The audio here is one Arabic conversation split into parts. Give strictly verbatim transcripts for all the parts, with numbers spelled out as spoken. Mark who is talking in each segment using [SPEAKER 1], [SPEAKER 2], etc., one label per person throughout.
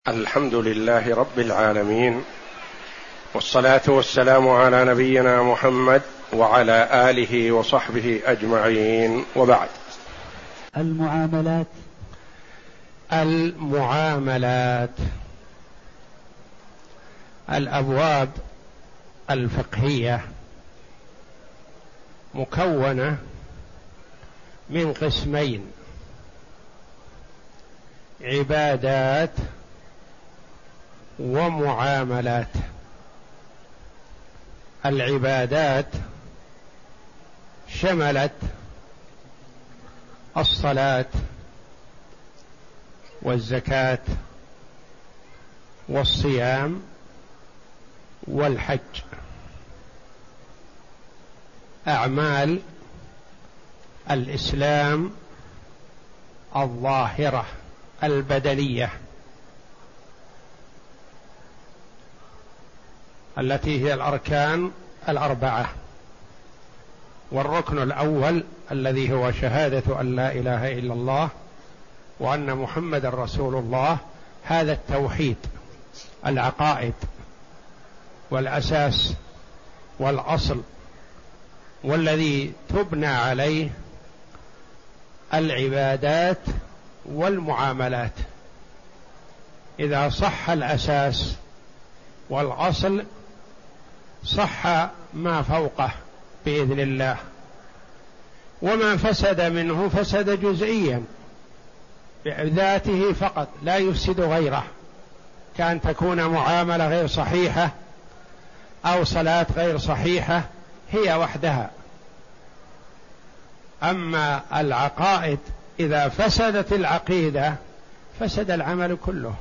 [SPEAKER 1] الحمد لله رب العالمين، والصلاة والسلام على نبينا محمد وعلى آله وصحبه أجمعين، وبعد.
[SPEAKER 2] المعاملات
[SPEAKER 1] المعاملات الأبواب الفقهية مكونة من قسمين: عبادات ومعاملات. العبادات شملت الصلاة والزكاة والصيام والحج، أعمال الإسلام الظاهرة البدنية التي هي الأركان الأربعة. والركن الأول الذي هو شهادة أن لا إله إلا الله وأن محمد رسول الله، هذا التوحيد، العقائد والأساس والأصل، والذي تبنى عليه العبادات والمعاملات. إذا صح الأساس والأصل صح ما فوقه بإذن الله، وما فسد منه فسد جزئيا بذاته فقط لا يفسد غيره، كأن تكون معاملة غير صحيحة أو صلاة غير صحيحة هي وحدها. أما العقائد إذا فسدت العقيدة فسد العمل كله،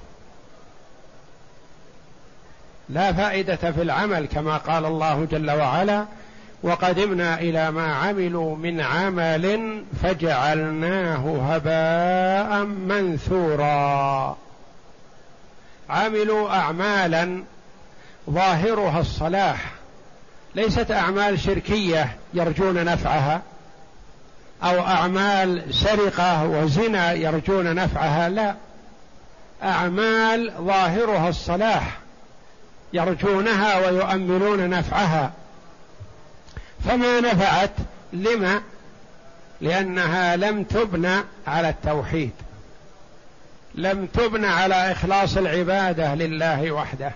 [SPEAKER 1] لا فائدة في العمل، كما قال الله جل وعلا: وقدمنا إلى ما عملوا من عمل فجعلناه هباء منثورا. عملوا أعمالا ظاهرها الصلاح، ليست أعمال شركية يرجون نفعها، أو أعمال سرقة وزنا يرجون نفعها، لا، أعمال ظاهرها الصلاح يرجونها ويؤملون نفعها، فما نفعت. لما؟ لأنها لم تبنى على التوحيد، لم تبنى على إخلاص العبادة لله وحده.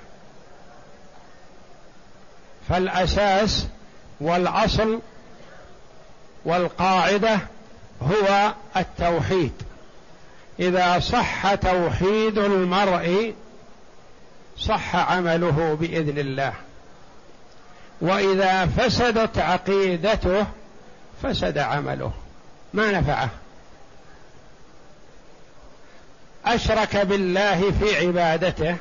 [SPEAKER 1] فالأساس والأصل والقاعدة هو التوحيد. إذا صح توحيد المرء صح عمله بإذن الله، وإذا فسدت عقيدته فسد عمله، ما نفعه. أشرك بالله في عبادته،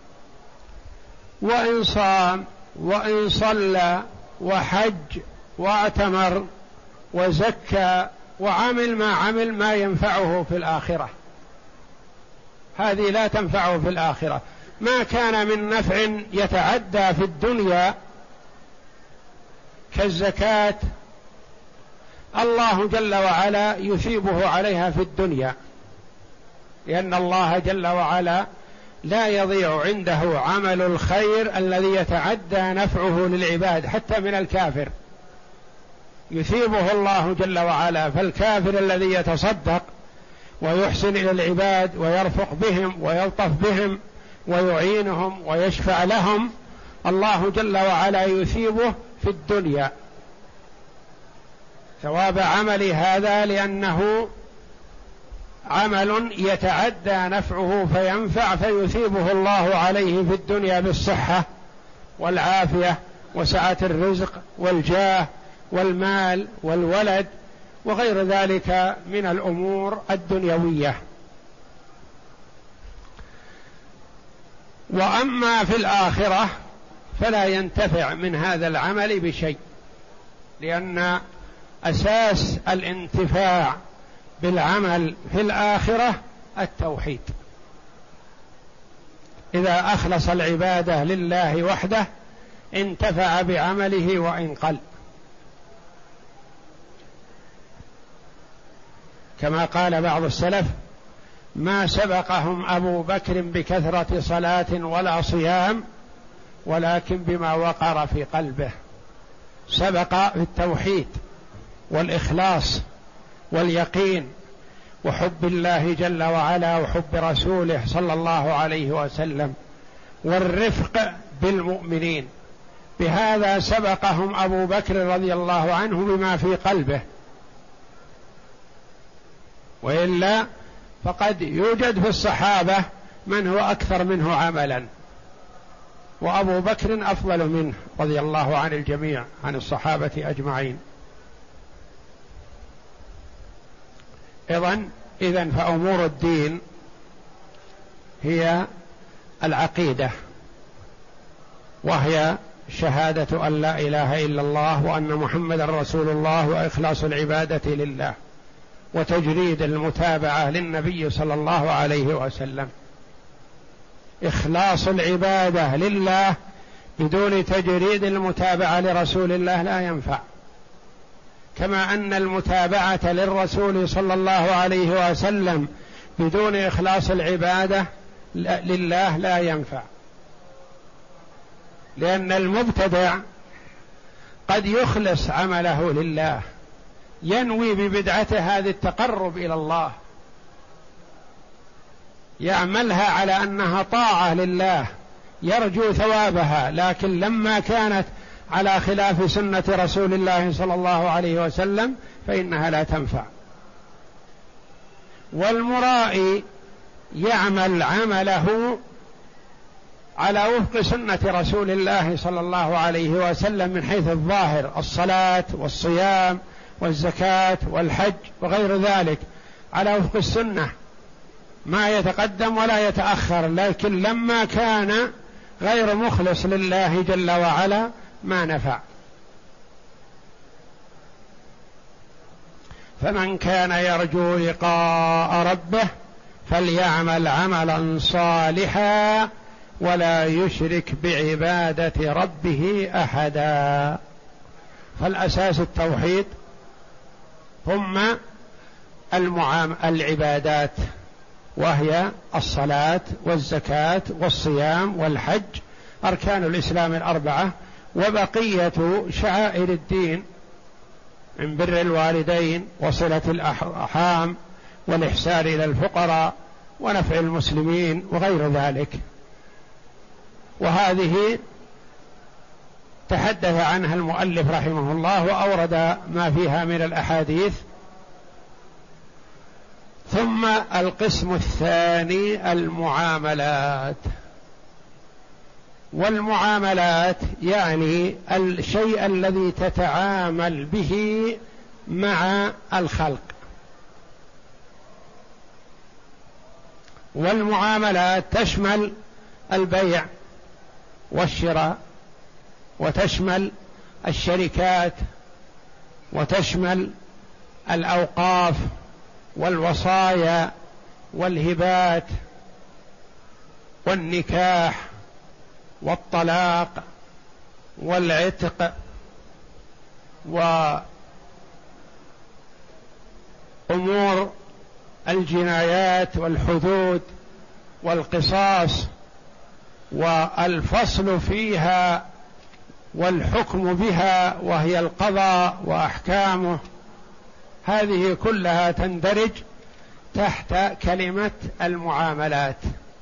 [SPEAKER 1] وإن صام وإن صلى وحج واعتمر وزكى وعمل ما عمل ما ينفعه في الآخرة، هذه لا تنفعه في الآخرة. ما كان من نفع يتعدى في الدنيا كالزكاة الله جل وعلا يثيبه عليها في الدنيا، لأن الله جل وعلا لا يضيع عنده عمل الخير الذي يتعدى نفعه للعباد حتى من الكافر، يثيبه الله جل وعلا. فالكافر الذي يتصدق ويحسن إلى العباد ويرفق بهم ويلطف بهم ويعينهم ويشفع لهم، الله جل وعلا يثيبه في الدنيا ثواب عمل هذا، لأنه عمل يتعدى نفعه فينفع، فيثيبه الله عليه في الدنيا بالصحة والعافية وسعة الرزق والجاه والمال والولد وغير ذلك من الأمور الدنيوية. وأما في الآخرة فلا ينتفع من هذا العمل بشيء، لأن أساس الانتفاع بالعمل في الآخرة التوحيد. إذا أخلص العبادة لله وحده انتفع بعمله وإن قل، كما قال بعض السلف: ما سبقهم أبو بكر بكثرة صلاة ولا صيام، ولكن بما وقر في قلبه، سبق في التوحيد والإخلاص واليقين وحب الله جل وعلا وحب رسوله صلى الله عليه وسلم والرفق بالمؤمنين. بهذا سبقهم أبو بكر رضي الله عنه بما في قلبه، وإلا فقد يوجد في الصحابة من هو أكثر منه عملا، وأبو بكر أفضل منه رضي الله عن الجميع، عن الصحابة أجمعين. إذن إذن فأمور الدين هي العقيدة، وهي شهادة أن لا إله إلا الله وأن محمدا رسول الله وإخلاص العبادة لله وتجريد المتابعة للنبي صلى الله عليه وسلم. إخلاص العبادة لله بدون تجريد المتابعة لرسول الله لا ينفع، كما أن المتابعة للرسول صلى الله عليه وسلم بدون إخلاص العبادة لله لا ينفع، لأن المبتدع قد يخلص عمله لله، ينوي ببدعته هذه التقرب إلى الله، يعملها على أنها طاعة لله يرجو ثوابها، لكن لما كانت على خلاف سنة رسول الله صلى الله عليه وسلم فإنها لا تنفع. والمرائي يعمل عمله على وفق سنة رسول الله صلى الله عليه وسلم من حيث الظاهر، الصلاة والصيام والزكاة والحج وغير ذلك على وفق السنة، ما يتقدم ولا يتأخر، لكن لما كان غير مخلص لله جل وعلا ما نفع. فمن كان يرجو لقاء ربه فليعمل عملا صالحا ولا يشرك بعبادة ربه أحدا. فالأساس التوحيد، ثم المعام العبادات وهي الصلاة والزكاة والصيام والحج، أركان الإسلام الأربعة، وبقية شعائر الدين من بر الوالدين وصلة الأرحام والإحسان إلى الفقراء ونفع المسلمين وغير ذلك. وهذه تحدث عنها المؤلف رحمه الله وأورد ما فيها من الأحاديث. ثم القسم الثاني المعاملات. والمعاملات يعني الشيء الذي تتعامل به مع الخلق. والمعاملات تشمل البيع والشراء، وتشمل الشركات، وتشمل الأوقاف والوصايا والهبات والنكاح والطلاق والعتق وأمور الجنايات والحدود والقصاص والفصل فيها والحكم بها، وهي القضاء وأحكامه. هذه كلها تندرج تحت كلمة المعاملات.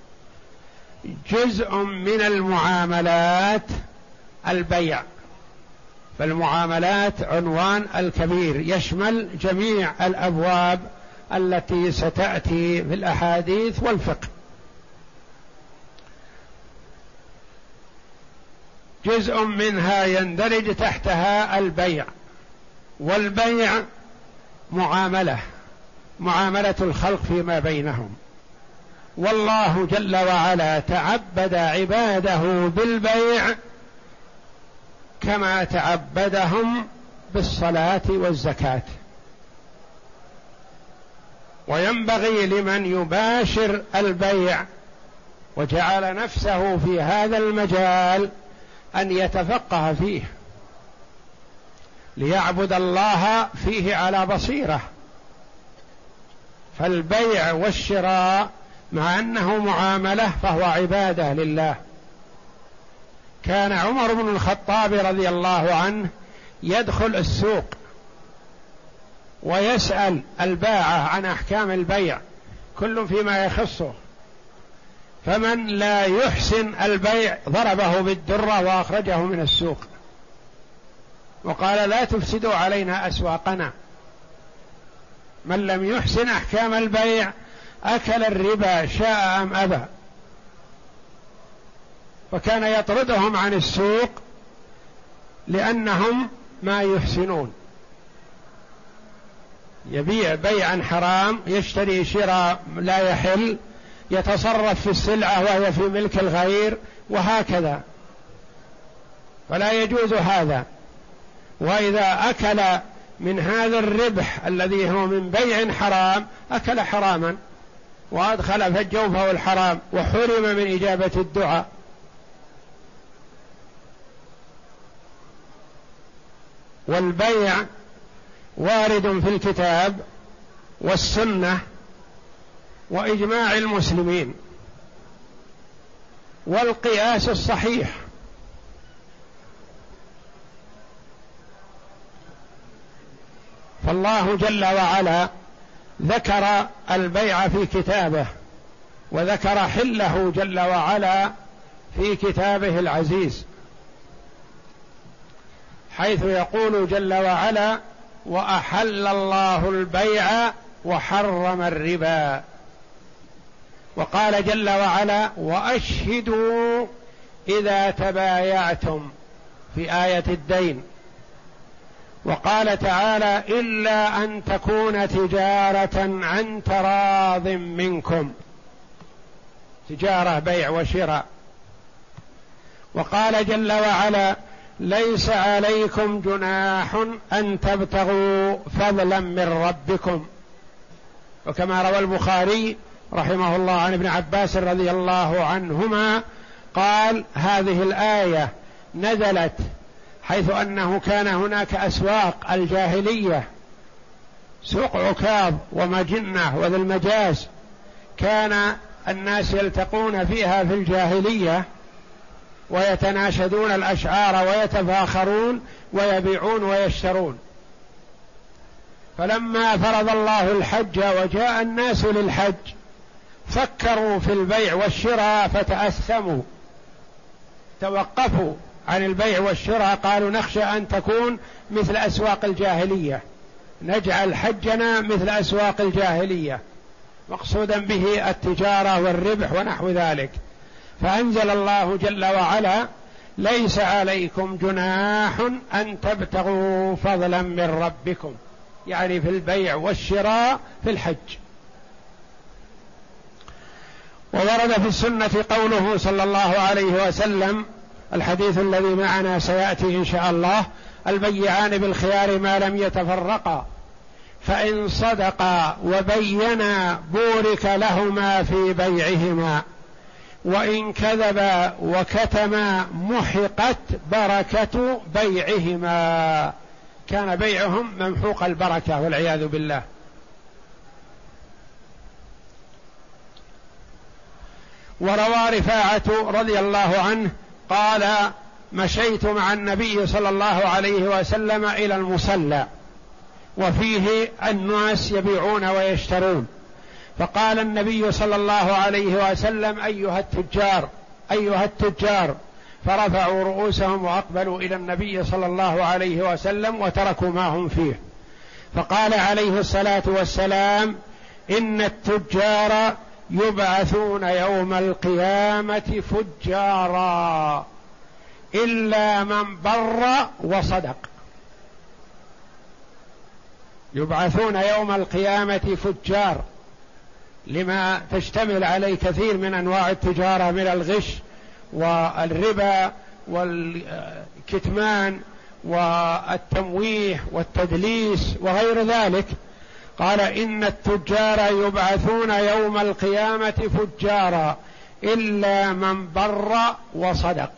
[SPEAKER 1] جزء من المعاملات البيع، فالمعاملات عنوان الكبير يشمل جميع الأبواب التي ستأتي في الأحاديث والفقه. جزء منها يندرج تحتها البيع، والبيع معاملة معاملة الخلق فيما بينهم، والله جل وعلا تعبد عباده بالبيع كما تعبدهم بالصلاة والزكاة. وينبغي لمن يباشر البيع وجعل نفسه في هذا المجال أن يتفقه فيه ليعبد الله فيه على بصيرة، فالبيع والشراء مع أنه معاملة فهو عبادة لله. كان عمر بن الخطاب رضي الله عنه يدخل السوق ويسأل الباعة عن أحكام البيع كل فيما يخصه، فمن لا يحسن البيع ضربه بالدرة وأخرجه من السوق وقال لا تفسدوا علينا أسواقنا. من لم يحسن أحكام البيع أكل الربا شاء أم أبى، وكان يطردهم عن السوق لأنهم ما يحسنون، يبيع بيعا حرام، يشتري شراء لا يحل، يتصرف في السلعة وهي في ملك الغير، وهكذا، فلا يجوز هذا. وإذا أكل من هذا الربح الذي هو من بيع حرام أكل حراما وأدخل في جوفه الحرام وحرم من إجابة الدعاء. والبيع وارد في الكتاب والسنة وإجماع المسلمين والقياس الصحيح. فالله جل وعلا ذكر البيع في كتابه، وذكر حله جل وعلا في كتابه العزيز، حيث يقول جل وعلا وأحل الله البيع وحرم الربا. وقال جل وعلا وأشهدوا إذا تبايعتم في آية الدين. وقال تعالى إلا أن تكون تجارة عن تراض منكم، تجارة بيع وشراء. وقال جل وعلا ليس عليكم جناح أن تبتغوا فضلا من ربكم. وكما روى البخاري رحمه الله عن ابن عباس رضي الله عنهما قال هذه الآية نزلت حيث أنه كان هناك أسواق الجاهلية، سوق عكاظ ومجنة وذي المجاز، كان الناس يلتقون فيها في الجاهلية ويتناشدون الأشعار ويتفاخرون ويبيعون ويشترون. فلما فرض الله الحج وجاء الناس للحج فكروا في البيع والشراء فتأثموا، توقفوا عن البيع والشراء، قالوا نخشى أن تكون مثل أسواق الجاهلية، نجعل حجنا مثل أسواق الجاهلية، مقصودا به التجارة والربح ونحو ذلك. فأنزل الله جل وعلا ليس عليكم جناح أن تبتغوا فضلا من ربكم، يعني في البيع والشراء في الحج. وورد في السنة قوله صلى الله عليه وسلم الحديث الذي معنا سيأتي إن شاء الله البيعان بالخيار ما لم يتفرقا، فإن صدقا وبينا بورك لهما في بيعهما، وإن كذبا وكتما محقت بركة بيعهما، كان بيعهم ممحوق البركة والعياذ بالله. وروى رفاعة رضي الله عنه قال مشيت مع النبي صلى الله عليه وسلم إلى المصلى وفيه الناس يبيعون ويشترون، فقال النبي صلى الله عليه وسلم أيها التجار أيها التجار، فرفعوا رؤوسهم وأقبلوا إلى النبي صلى الله عليه وسلم وتركوا ما هم فيه. فقال عليه الصلاة والسلام إن التجار يبعثون يوم القيامة فجارا إلا من بر وصدق. يبعثون يوم القيامة فجار، لما تشتمل عليه كثير من أنواع التجارة من الغش والربا والكتمان والتمويه والتدليس وغير ذلك. قال إن التجار يبعثون يوم القيامة فجارا إلا من بر وصدق.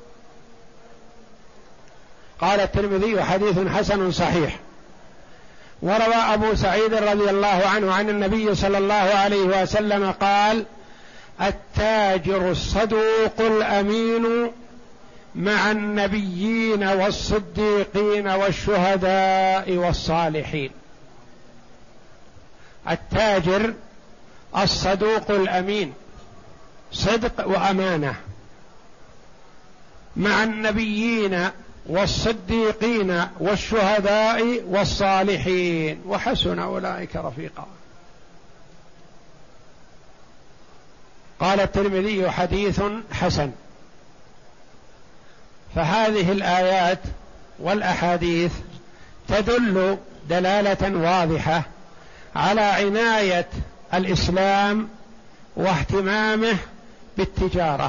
[SPEAKER 1] قال الترمذي حديث حسن صحيح. وروى أبو سعيد رضي الله عنه عن النبي صلى الله عليه وسلم قال: التاجر الصدوق الأمين مع النبيين والصديقين والشهداء والصالحين. التاجر الصدوق الأمين، صدق وأمانة، مع النبيين والصديقين والشهداء والصالحين وحسن أولئك رفيقا. قال الترمذي: حديث حسن. فهذه الآيات والأحاديث تدل دلالة واضحة على عناية الإسلام واهتمامه بالتجارة،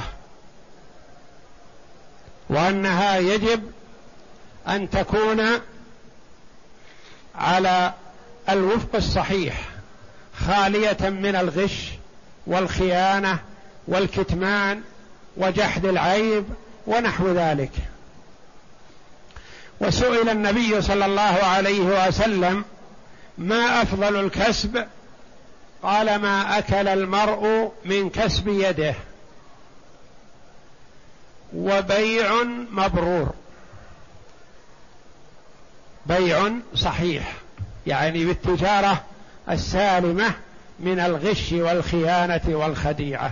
[SPEAKER 1] وأنها يجب أن تكون على الوفق الصحيح، خالية من الغش والخيانة والكتمان وجحد العيب ونحو ذلك. وسئل النبي صلى الله عليه وسلم: ما أفضل الكسب؟ قال: ما أكل المرء من كسب يده، وبيع مبرور. بيع صحيح يعني بالتجارة السالمة من الغش والخيانة والخديعة.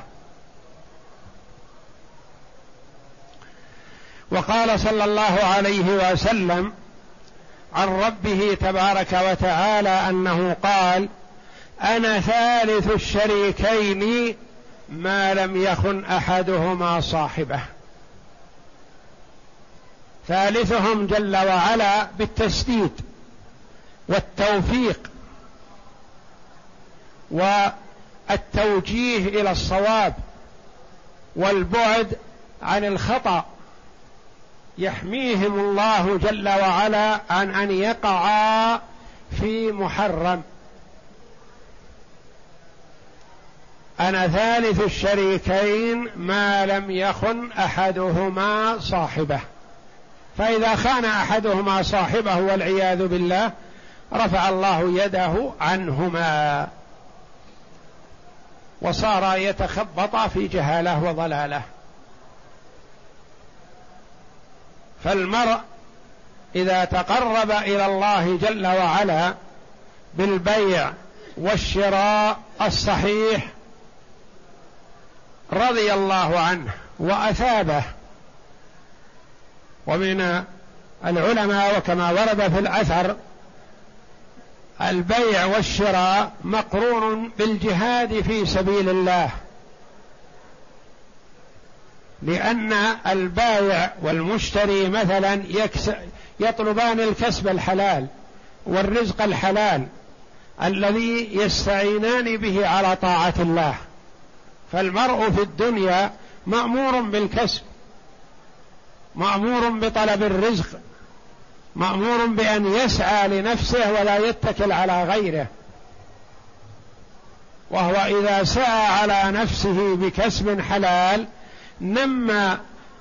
[SPEAKER 1] وقال صلى الله عليه وسلم عن ربه تبارك وتعالى أنه قال: أنا ثالث الشريكين ما لم يخن أحدهما صاحبه. ثالثهم جل وعلا بالتسديد والتوفيق والتوجيه إلى الصواب والبعد عن الخطأ، يحميهم الله جل وعلا عن أن يقعا في محرم. أنا ثالث الشريكين ما لم يخن أحدهما صاحبه. فإذا خان أحدهما صاحبه والعياذ بالله رفع الله يده عنهما وصار يتخبط في جهاله وضلاله. فالمرء إذا تقرب إلى الله جل وعلا بالبيع والشراء الصحيح رضي الله عنه وأثابه. ومن العلماء وكما ورد في الأثر: البيع والشراء مقرون بالجهاد في سبيل الله، لأن البائع والمشتري مثلا يطلبان الكسب الحلال والرزق الحلال الذي يستعينان به على طاعة الله. فالمرء في الدنيا مأمور بالكسب، مأمور بطلب الرزق، مأمور بأن يسعى لنفسه ولا يتكل على غيره. وهو إذا سعى على نفسه بكسب حلال نمى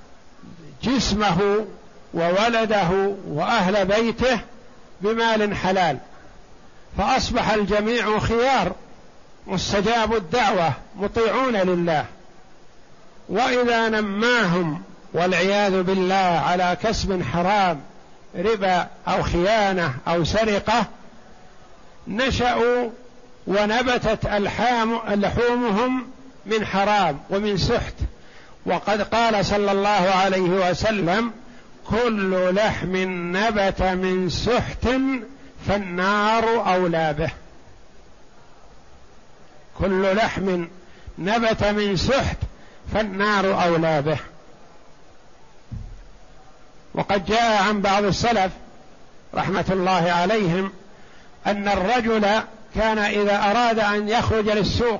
[SPEAKER 1] جسمه وولده وأهل بيته بمال حلال، فأصبح الجميع خيار مستجاب الدعوة مطيعون لله. وإذا نماهم والعياذ بالله على كسب حرام، ربا أو خيانة أو سرقة، نشأوا ونبتت ألحام لحومهم من حرام ومن سحت. وقد قال صلى الله عليه وسلم: كل لحم نبت من سحت فالنار أولى به. كل لحم نبت من سحت فالنار أولى به. وقد جاء عن بعض السلف رحمة الله عليهم أن الرجل كان إذا أراد أن يخرج للسوق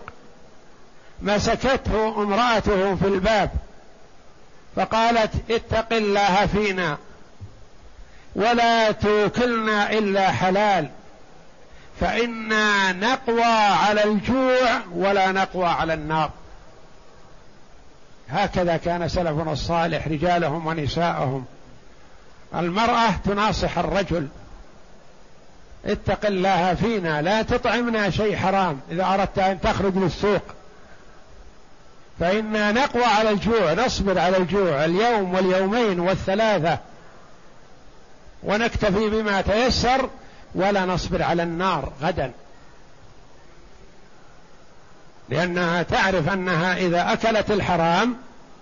[SPEAKER 1] مسكته امرأته في الباب فقالت: اتق الله فينا ولا توكلنا إلا حلال، فإنا نقوى على الجوع ولا نقوى على النار. هكذا كان سلفنا الصالح رجالهم ونساءهم. المرأة تناصح الرجل اتق الله فينا لا تطعمنا شيء حرام إذا أردت أن تخرج للسوق، فإنا نقوى على الجوع، نصبر على الجوع اليوم واليومين والثلاثة ونكتفي بما تيسر، ولا نصبر على النار غدا، لأنها تعرف أنها إذا أكلت الحرام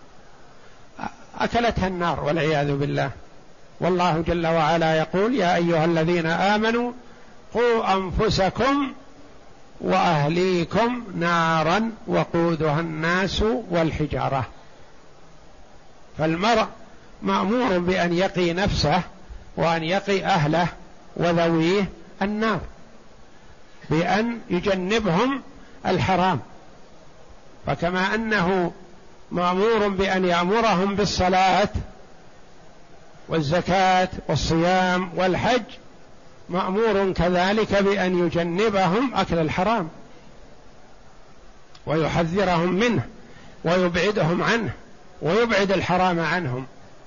[SPEAKER 1] أكلتها النار والعياذ بالله. والله جل وعلا يقول: يا أيها الذين آمنوا قوا أنفسكم وأهليكم نارا وقودها الناس والحجارة. فالمرء مأمور بأن يقي نفسه وأن يقي أهله وذويه النار بأن يجنبهم الحرام، فكما أنه مأمور بأن يأمرهم بالصلاة والزكاة والصيام والحج، مأمور كذلك بأن يجنبهم أكل الحرام ويحذرهم منه ويبعدهم عنه ويبعد الحرام عنهم.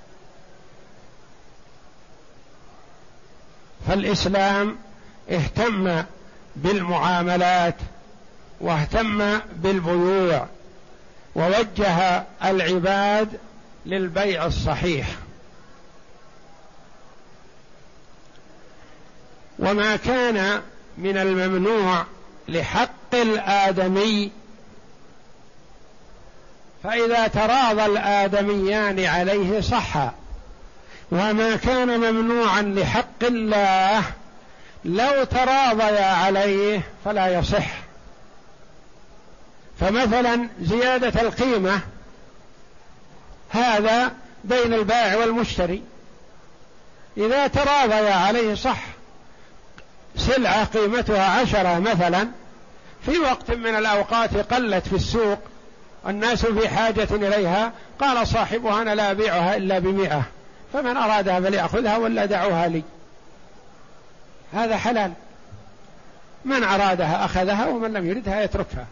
[SPEAKER 1] فالإسلام اهتم بالمعاملات واهتم بالبيوع ووجه العباد للبيع الصحيح، وما كان من الممنوع لحق الآدمي فإذا تراضى الآدميان عليه صح، وما كان ممنوعا لحق الله لو تراضيا عليه فلا يصح. فمثلا زيادة القيمة هذا بين البائع والمشتري، إذا تراضيا عليه صح. سلعة قيمتها عشرة مثلا في وقت من الأوقات قلت في السوق، الناس في حاجة إليها، قال صاحبها: أنا لا أبيعها إلا بمئة، فمن أرادها فليأخذها ولا دعوها لي. هذا حلال، من أرادها أخذها ومن لم يردها يتركها.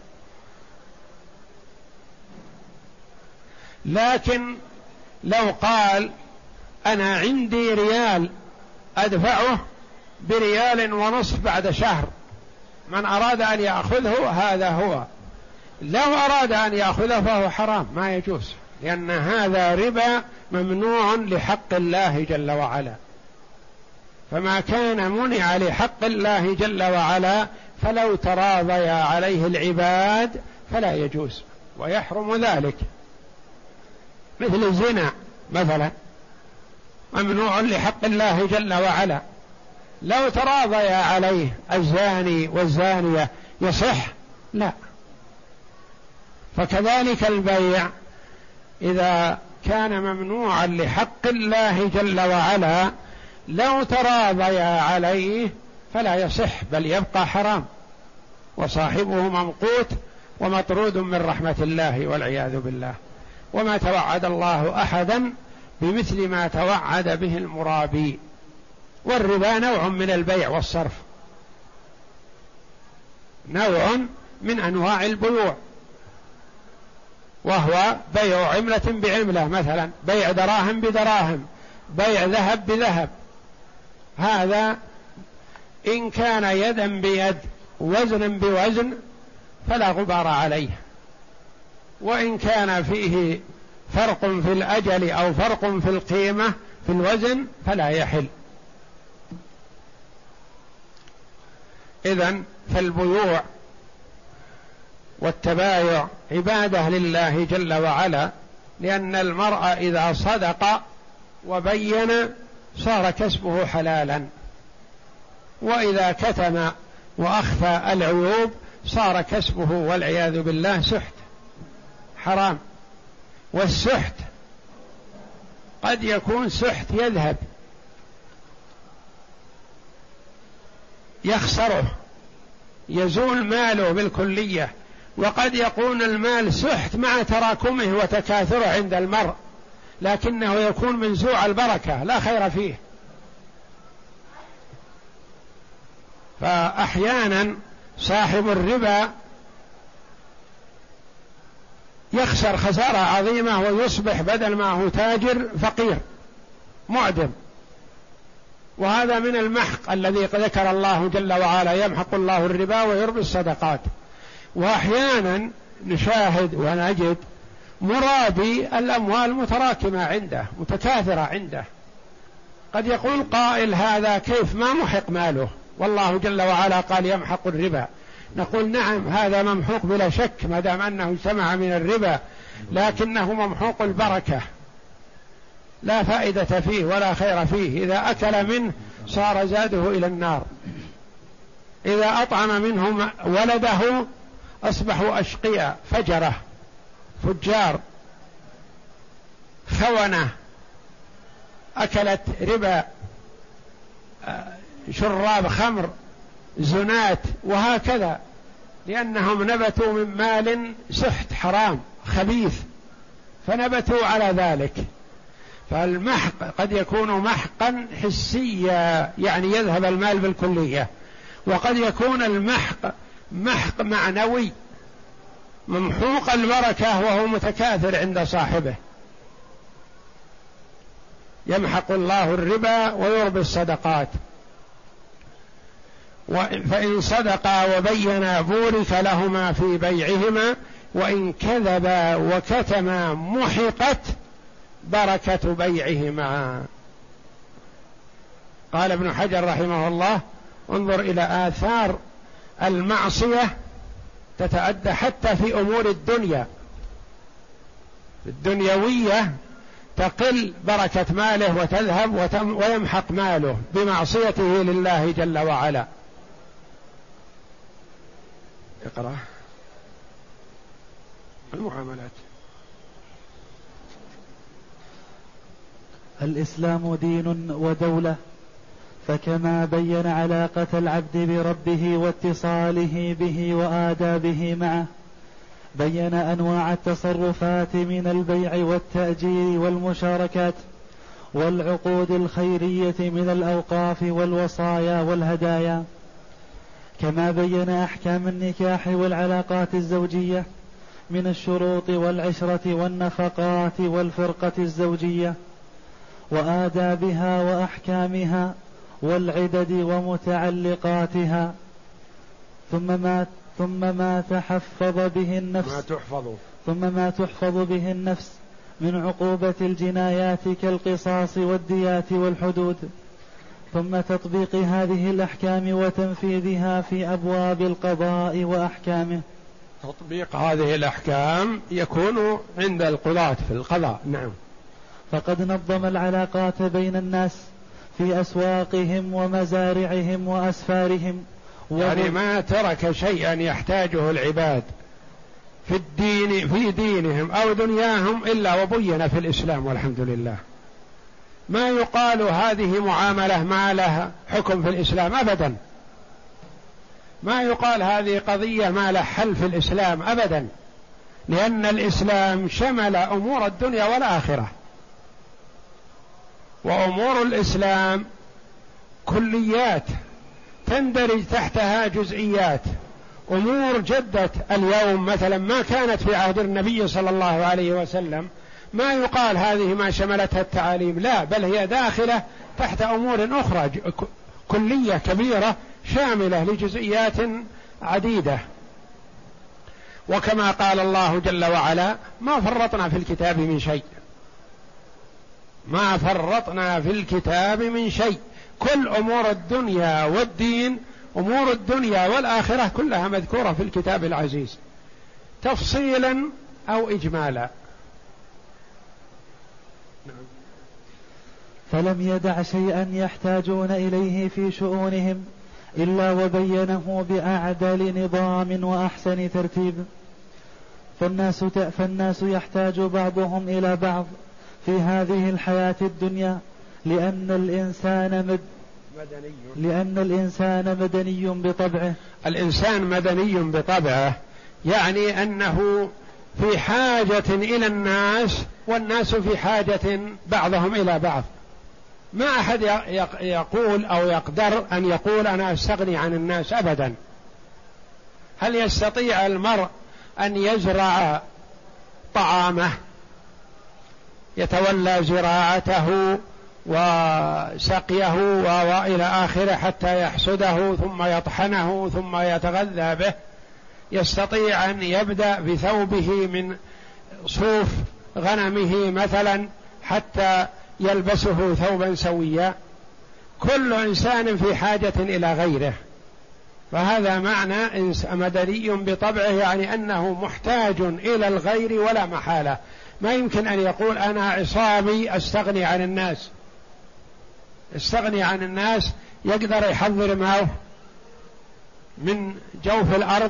[SPEAKER 1] لكن لو قال: أنا عندي ريال أدفعه بريال ونصف بعد شهر، من أراد أن يأخذه هذا هو، لو أراد أن يأخذه فهو حرام ما يجوز، لأن هذا ربا ممنوع لحق الله جل وعلا. فما كان منع لحق الله جل وعلا فلو تراضيا عليه العباد فلا يجوز ويحرم ذلك. مثل الزنا مثلا ممنوع لحق الله جل وعلا، لو تراضيا عليه الزاني والزانية يصح؟ لا. فكذلك البيع إذا كان ممنوعا لحق الله جل وعلا لو تراضيا عليه فلا يصح، بل يبقى حرام وصاحبه ممقوت ومطرود من رحمة الله والعياذ بالله. وما توعد الله أحدا بمثل ما توعد به المرابي. والربا نوع من البيع والصرف، نوع من أنواع البيوع، وهو بيع عملة بعملة، مثلا بيع دراهم بدراهم، بيع ذهب بذهب. هذا إن كان يدا بيد وزنا بوزن فلا غبار عليه، وإن كان فيه فرق في الأجل أو فرق في القيمة في الوزن فلا يحل. إذن فالبيوع والتبايع عبادة لله جل وعلا، لأن المرء إذا صدق وبين صار كسبه حلالا، وإذا كتم وأخفى العيوب صار كسبه والعياذ بالله سحت حرام. والسحت قد يكون سحت يذهب يخسره يزول ماله بالكلية، وقد يكون المال سحت مع تراكمه وتكاثره عند المرء، لكنه يكون منزوع البركة لا خير فيه. فأحيانا صاحب الربا يخسر خسارة عظيمة ويصبح بدل ما هو تاجر فقير معدم. وهذا من المحق الذي ذكر الله جل وعلا: يمحق الله الربا ويربي الصدقات. وأحيانا نشاهد ونجد مرابي الأموال متراكمة عنده، متكاثرة عنده. قد يقول قائل: هذا كيف ما محق ماله؟ والله جل وعلا قال يمحق الربا. نقول: نعم، هذا ممحوق بلا شك ما دام أنه اجتمع من الربا، لكنه ممحوق البركة، لا فائدة فيه ولا خير فيه. إذا أكل منه صار زاده إلى النار، إذا أطعم منه ولده أصبحوا أشقياء، فجرة، فجار، خونة، أكلت ربا، شراب خمر، زنات، وهكذا، لأنهم نبتوا من مال سحت حرام خبيث، فنبتوا على ذلك. فالمحق قد يكون محقا حسيا، يعني يذهب المال بالكلية، وقد يكون المحق محق معنوي، ممحوق البركة وهو متكاثر عند صاحبه. يمحق الله الربا ويربي الصدقات. فإن صدقا وبينا بورك لهما في بيعهما، وإن كذبا وكتما محقت بركة بيعهما. قال ابن حجر رحمه الله: انظر إلى آثار المعصية تتأدى حتى في أمور الدنيا الدنيوية، تقل بركة ماله وتذهب ويمحق ماله بمعصيته لله جل وعلا. اقرأ المعاملات.
[SPEAKER 2] الإسلام دين ودولة، فكما بين علاقة العبد بربه واتصاله به وآدابه معه، بين أنواع التصرفات من البيع والتأجير والمشاركات والعقود الخيرية من الأوقاف والوصايا والهدايا، كما بين أحكام النكاح والعلاقات الزوجية من الشروط والعشرة والنفقات والفرقة الزوجية وآدابها وأحكامها والعدد ومتعلقاتها، ثم ما ثم ما تحفظ به النفس
[SPEAKER 1] ما تحفظ
[SPEAKER 2] ثم ما تحفظ به النفس من عقوبة الجنايات كالقصاص والديات والحدود، ثم تطبيق هذه الأحكام وتنفيذها في أبواب القضاء وأحكامه.
[SPEAKER 1] تطبيق هذه الأحكام يكون عند القضاة في القضاء. نعم.
[SPEAKER 2] فقد نظم العلاقات بين الناس في أسواقهم ومزارعهم وأسفارهم،
[SPEAKER 1] يعني ما ترك شيئا يحتاجه العباد في الدين في دينهم أو دنياهم إلا وبين في الإسلام، والحمد لله. ما يقال هذه معاملة ما لها حكم في الإسلام أبدا، ما يقال هذه قضية ما لها حل في الإسلام أبدا، لأن الإسلام شمل أمور الدنيا والآخرة، وأمور الإسلام كليات تندرج تحتها جزئيات. أمور جدت اليوم مثلا ما كانت في عهد النبي صلى الله عليه وسلم، ما يقال هذه ما شملتها التعاليم، لا، بل هي داخلة تحت أمور أخرى كلية كبيرة شاملة لجزئيات عديدة. وكما قال الله جل وعلا: ما فرطنا في الكتاب من شيء، ما فرطنا في الكتاب من شيء. كل أمور الدنيا والدين، أمور الدنيا والآخرة كلها مذكورة في الكتاب العزيز تفصيلا أو إجمالا.
[SPEAKER 2] فلم يدع شيئا يحتاجون إليه في شؤونهم إلا وبينه بأعدل نظام وأحسن ترتيب. فالناس, فالناس يحتاج بعضهم إلى بعض في هذه الحياة الدنيا، لأن الإنسان مد
[SPEAKER 1] مدني
[SPEAKER 2] لأن الإنسان مدني بطبعه.
[SPEAKER 1] الإنسان مدني بطبعه، يعني أنه في حاجة إلى الناس، والناس في حاجة بعضهم إلى بعض. ما أحد يقول أو يقدر أن يقول أنا أستغني عن الناس أبدا. هل يستطيع المرء أن يزرع طعامه، يتولى زراعته وسقيه وإلى آخره حتى يحصده ثم يطحنه ثم يتغذى به، يستطيع أن يبدأ بثوبه من صوف غنمه مثلا حتى يلبسه ثوبا سويا. كل إنسان في حاجة إلى غيره، فهذا معنى مدني بطبعه، يعني أنه محتاج إلى الغير ولا محالة. ما يمكن أن يقول أنا عصامي أستغني عن الناس. استغني عن الناس يقدر يحضر معه من جوف الأرض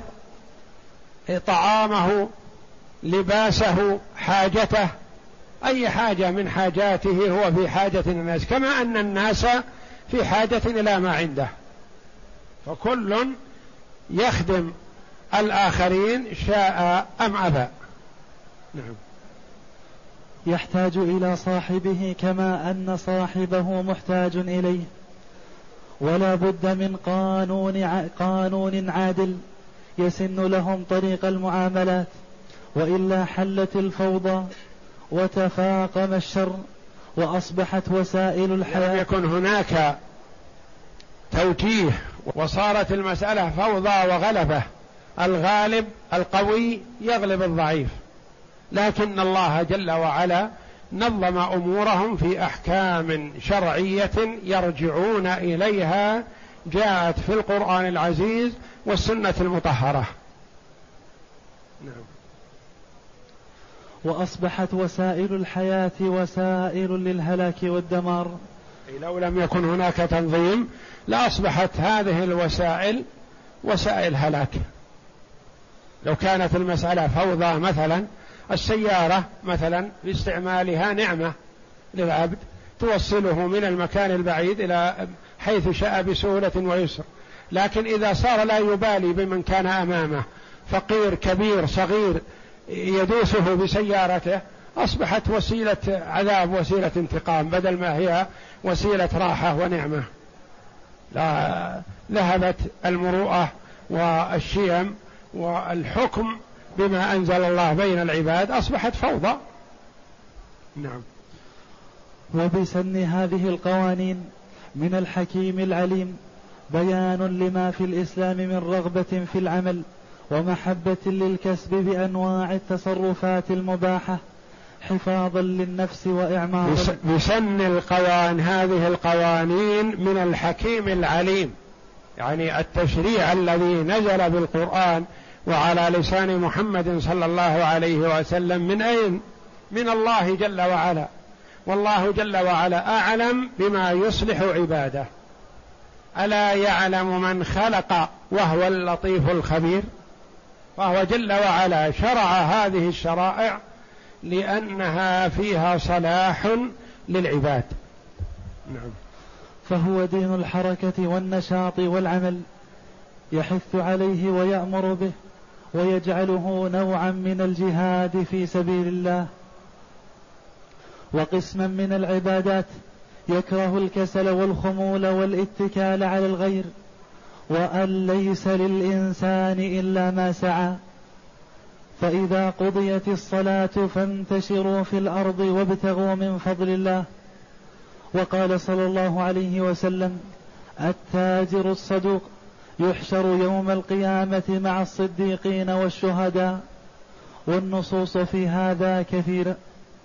[SPEAKER 1] طعامه، لباسه، حاجته، أي حاجة من حاجاته هو في حاجة الناس، كما أن الناس في حاجة إلى ما عنده، فكل يخدم الآخرين شاء أم أبى. نعم.
[SPEAKER 2] يحتاج إلى صاحبه كما أن صاحبه محتاج إليه، ولا بد من قانون قانون عادل يسن لهم طريق المعاملات، وإلا حلت الفوضى وتفاقم الشر وأصبحت وسائل الحياة.
[SPEAKER 1] لم يكن هناك توجيه وصارت المسألة فوضى وغلبة، الغالب القوي يغلب الضعيف، لكن الله جل وعلا نظم أمورهم في أحكام شرعية يرجعون إليها، جاءت في القرآن العزيز والسنة المطهرة. نعم.
[SPEAKER 2] وأصبحت وسائل الحياة وسائل للهلاك والدمار.
[SPEAKER 1] لو لم يكن هناك تنظيم لأصبحت هذه الوسائل وسائل هلاك. لو كانت المسألة فوضى، مثلا السيارة مثلا باستعمالها نعمة للعبد توصله من المكان البعيد إلى حيث شاء بسهولة ويسر، لكن إذا صار لا يبالي بمن كان أمامه، فقير كبير صغير، يدوسه بسيارته، أصبحت وسيلة عذاب، وسيلة انتقام، بدل ما هي وسيلة راحة ونعمة. لا، ذهبت المروءة والشيم والحكم بما أنزل الله بين العباد، أصبحت فوضى. نعم.
[SPEAKER 2] وبسن هذه القوانين من الحكيم العليم بيان لما في الإسلام من رغبة في العمل ومحبة للكسب بأنواع التصرفات المباحة حفاظا للنفس وإعمارا.
[SPEAKER 1] بسن القوان هذه القوانين من الحكيم العليم، يعني التشريع الذي نزل بالقرآن وعلى لسان محمد صلى الله عليه وسلم من أين؟ من الله جل وعلا، والله جل وعلا أعلم بما يصلح عباده. ألا يعلم من خلق وهو اللطيف الخبير؟ فهو جل وعلا شرع هذه الشرائع لأنها فيها صلاح للعباد. نعم.
[SPEAKER 2] فهو دين الحركة والنشاط والعمل، يحث عليه ويأمر به ويجعله نوعا من الجهاد في سبيل الله، وقسما من العبادات يكره الكسل والخمول والاتكال على الغير، وأن ليس للإنسان إلا ما سعى. فإذا قضيت الصلاة فانتشروا في الأرض وابتغوا من فضل الله. وقال صلى الله عليه وسلم: التاجر الصدوق يحشر يوم القيامة مع الصديقين والشهداء. والنصوص في هذا كثيرة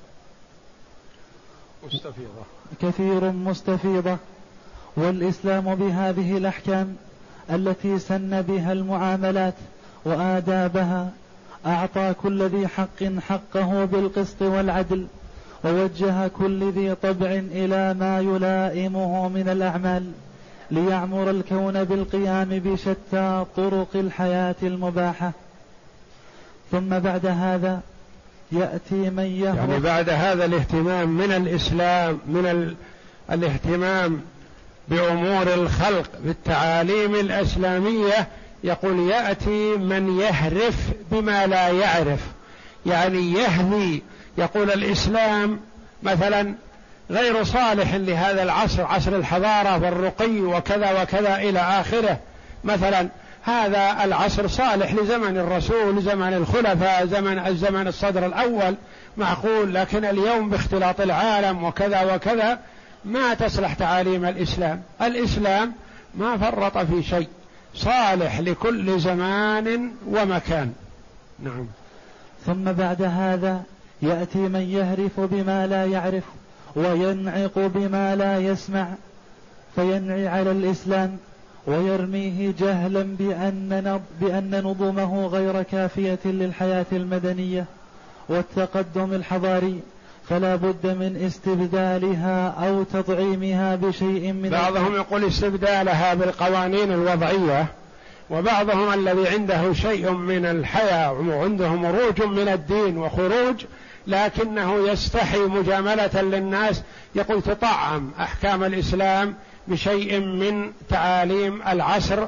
[SPEAKER 1] مستفيضة
[SPEAKER 2] كثير مستفيضة. والإسلام بهذه الأحكام التي سن بها المعاملات وآدابها أعطى كل ذي حق حقه بالقسط والعدل، ووجه كل ذي طبع إلى ما يلائمه من الأعمال، ليعمر الكون بالقيام بشتى طرق الحياة المباحة. ثم بعد هذا يأتي من يهرب،
[SPEAKER 1] يعني بعد هذا الاهتمام من الإسلام، من ال... الاهتمام بأمور الخلق بالتعاليم الإسلامية، يقول يأتي من يهرف بما لا يعرف، يعني يهوي. يقول الإسلام مثلا غير صالح لهذا العصر، عصر الحضارة والرقي وكذا وكذا إلى آخره. مثلا هذا العصر صالح لزمن الرسول، زمن الخلفاء، زمن الزمن الصدر الأول، معقول. لكن اليوم باختلاط العالم وكذا وكذا ما تصلح تعاليم الإسلام. الإسلام ما فرط في شيء، صالح لكل زمان ومكان. نعم.
[SPEAKER 2] ثم بعد هذا يأتي من يهرف بما لا يعرف وينعق بما لا يسمع، فينعي على الإسلام ويرميه جهلا بأن, بأن نظمه غير كافية للحياة المدنية والتقدم الحضاري، فلا بد من استبدالها أو تضعيمها بشيء من.
[SPEAKER 1] بعضهم يقول استبدالها بالقوانين الوضعية، وبعضهم الذي عنده شيء من الحياة وعنده مروج من الدين وخروج لكنه يستحي مجاملة للناس يقول تطعم أحكام الإسلام بشيء من تعاليم العصر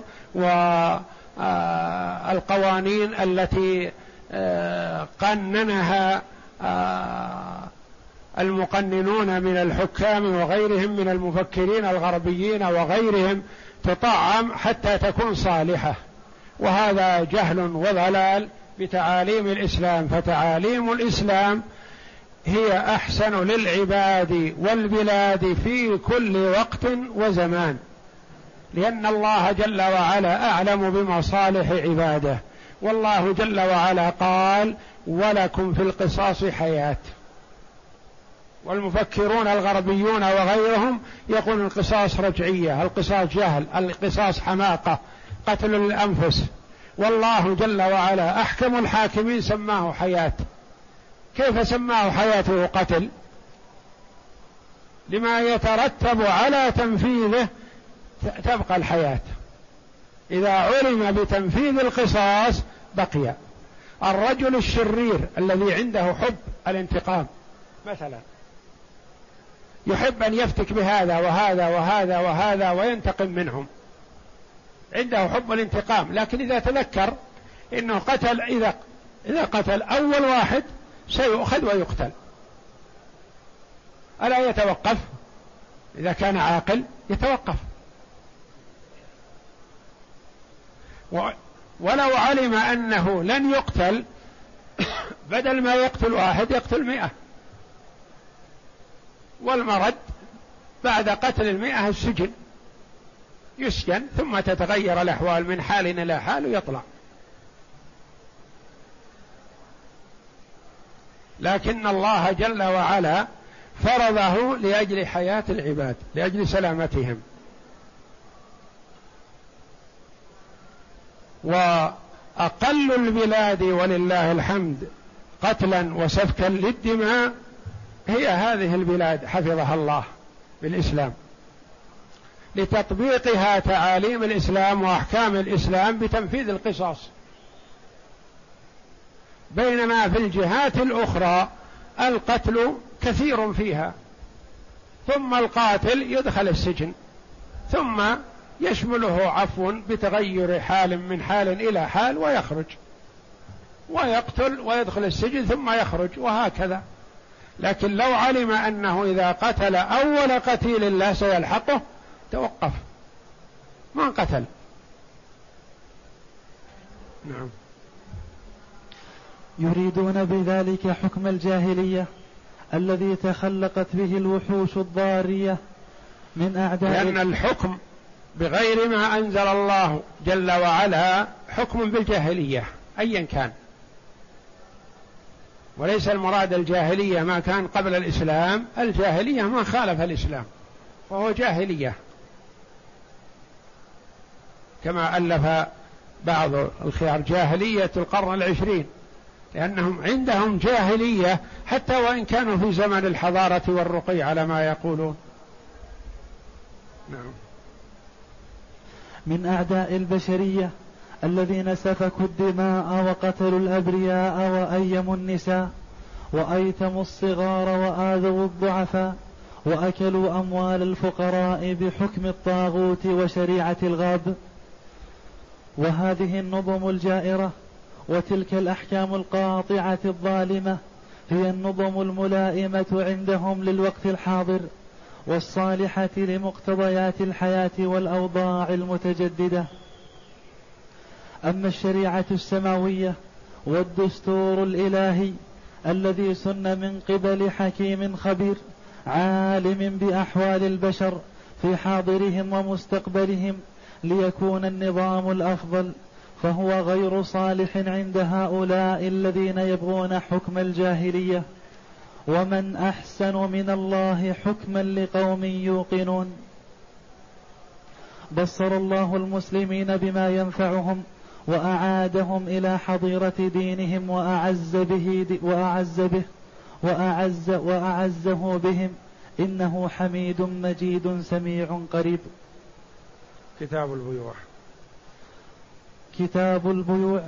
[SPEAKER 1] والقوانين التي قننها المقننون من الحكام وغيرهم من المفكرين الغربيين وغيرهم، تطعم حتى تكون صالحة، وهذا جهل وضلال بتعاليم الإسلام. فتعاليم الإسلام هي أحسن للعباد والبلاد في كل وقت وزمان، لأن الله جل وعلا أعلم بمصالح عباده، والله جل وعلا قال ولكم في القصاص حياة. والمفكرون الغربيون وغيرهم يقولون القصاص رجعية، القصاص جهل، القصاص حماقة، قتل الأنفس، والله جل وعلا أحكم الحاكمين سماه حياة. كيف سماه حياته قتل؟ لما يترتب على تنفيذه تبقى الحياة. إذا علم بتنفيذ القصاص بقي. الرجل الشرير الذي عنده حب الانتقام مثلا، يحب أن يفتك بهذا وهذا وهذا وهذا وينتقم منهم، عنده حب الانتقام، لكن إذا تذكر إنه قتل، إذا إذا قتل أول واحد سيؤخذ ويقتل، ألا يتوقف؟ إذا كان عاقل يتوقف. ولو علم أنه لن يقتل بدل ما يقتل واحد يقتل مئة، والمرد بعد قتل المئة السجن، يسجن ثم تتغير الأحوال من حال إلى حال ويطلع. لكن الله جل وعلا فرضه لأجل حياة العباد، لأجل سلامتهم. وأقل البلاد ولله الحمد قتلا وسفكا للدماء هي هذه البلاد حفظها الله بالإسلام، لتطبيقها تعاليم الإسلام وأحكام الإسلام بتنفيذ القصاص، بينما في الجهات الأخرى القتل كثير فيها، ثم القاتل يدخل السجن ثم يشمله عفو بتغير حال من حال إلى حال ويخرج، ويقتل ويدخل السجن ثم يخرج، وهكذا. لكن لو علم أنه إذا قتل أول قتيل لا سيلحقه توقف، ما قتل. نعم.
[SPEAKER 2] يريدون بذلك حكم الجاهلية الذي تخلقت به الوحوش الضارية من أعداء،
[SPEAKER 1] لأن الحكم بغير ما أنزل الله جل وعلا حكم بالجاهلية أيا كان، وليس المراد الجاهلية ما كان قبل الإسلام، الجاهلية ما خالف الإسلام فهو جاهلية، كما ألف بعض الخيار جاهلية القرن العشرين، لأنهم عندهم جاهلية حتى وإن كانوا في زمن الحضارة والرقي على ما يقولون. نعم.
[SPEAKER 2] من أعداء البشرية الذين سفكوا الدماء وقتلوا الأبرياء وأيموا النساء وأيتموا الصغار وآذوا الضعفاء وأكلوا أموال الفقراء بحكم الطاغوت وشريعة الغاب. وهذه النظم الجائرة وتلك الأحكام القاطعة الظالمة هي النظم الملائمة عندهم للوقت الحاضر والصالحة لمقتضيات الحياة والأوضاع المتجددة. أما الشريعة السماوية والدستور الإلهي الذي سن من قبل حكيم خبير عالم بأحوال البشر في حاضرهم ومستقبلهم ليكون النظام الأفضل، فهو غير صالح عند هؤلاء الذين يبغون حكم الجاهلية. ومن أحسن من الله حكما لقوم يوقنون. بصر الله المسلمين بما ينفعهم وأعادهم إلى حظيرة دينهم وأعز به وأعز به وأعز وأعزه بهم، إنه حميد مجيد سميع قريب.
[SPEAKER 1] كتاب البيوع.
[SPEAKER 2] كتاب البيوع.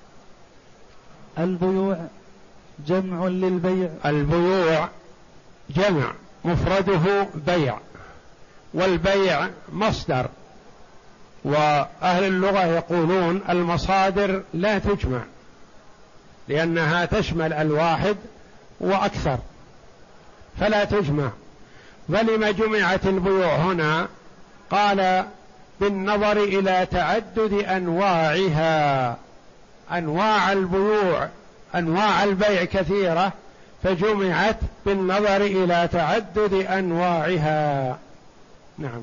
[SPEAKER 2] البيوع جمع للبيع.
[SPEAKER 1] البيوع جمع مفرده بيع، والبيع مصدر، وأهل اللغة يقولون المصادر لا تجمع لأنها تشمل الواحد وأكثر فلا تجمع. فلما جمعت البيوع هنا؟ قال بالنظر إلى تعدد أنواعها، أنواع البيوع أنواع البيع كثيرة فجمعت بالنظر إلى تعدد أنواعها. نعم.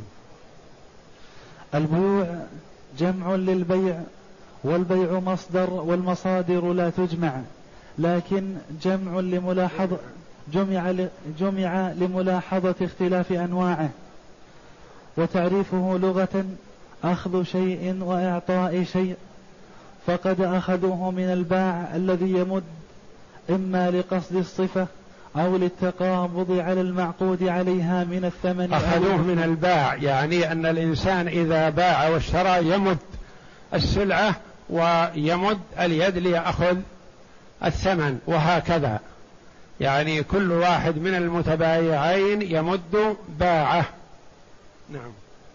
[SPEAKER 2] البيوع جمع للبيع، والبيع مصدر، والمصادر لا تجمع، لكن جمع لملاحظة جمع, جمع لملاحظة اختلاف أنواعه. وتعريفه لغة أخذ شيء وإعطاء شيء، فقد أخذوه من الباع الذي يمد إما لقصد الصفة أو للتقابض على المعقود عليها من الثمن.
[SPEAKER 1] أخذوه من الباع يعني أن الإنسان إذا باع واشترى يمد السلعة ويمد اليد ليأخذ الثمن، وهكذا يعني كل واحد من المتبايعين يمد باعه. نعم.